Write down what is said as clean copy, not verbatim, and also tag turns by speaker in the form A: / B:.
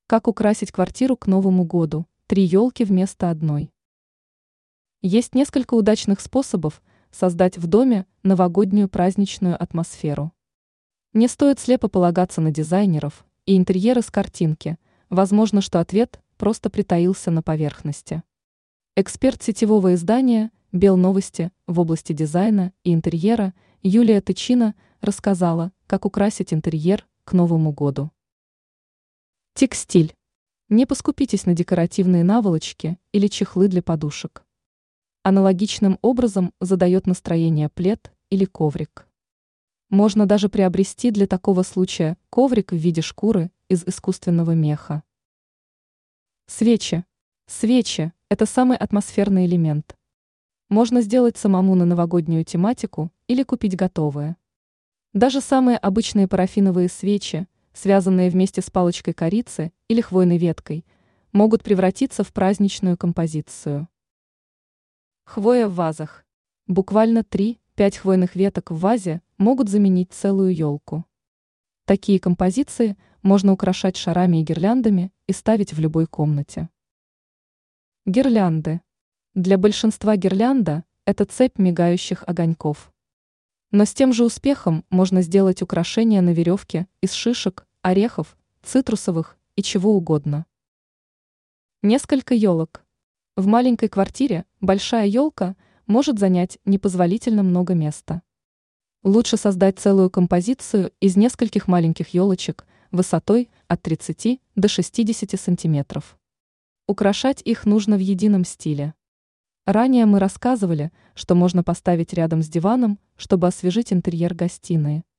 A: Как украсить квартиру к Новому году? 3 елки вместо одной. Есть несколько удачных способов создать в доме новогоднюю праздничную атмосферу. Не стоит слепо полагаться на дизайнеров и интерьеры с картинки, возможно, что ответ просто притаился на поверхности. Эксперт сетевого издания «Белновости» в области дизайна и интерьера Юлия Тычина рассказала, как украсить интерьер к Новому году. Текстиль. Не поскупитесь на декоративные наволочки или чехлы для подушек. Аналогичным образом задает настроение плед или коврик. Можно даже приобрести для такого случая коврик в виде шкуры из искусственного меха. Свечи. Свечи – это самый атмосферный элемент. Можно сделать самому на новогоднюю тематику или купить готовые. Даже самые обычные парафиновые свечи, связанные вместе с палочкой корицы или хвойной веткой, могут превратиться в праздничную композицию. Хвоя в вазах. Буквально 3-5 хвойных веток в вазе могут заменить целую елку. Такие композиции можно украшать шарами и гирляндами и ставить в любой комнате. Гирлянды. Для большинства гирлянда – это цепь мигающих огоньков. Но с тем же успехом можно сделать украшения на веревке из шишек, орехов, цитрусовых и чего угодно. Несколько елок. В маленькой квартире большая елка может занять непозволительно много места. Лучше создать целую композицию из нескольких маленьких елочек высотой от 30 до 60 сантиметров. Украшать их нужно в едином стиле. Ранее мы рассказывали, что можно поставить рядом с диваном, чтобы освежить интерьер гостиной.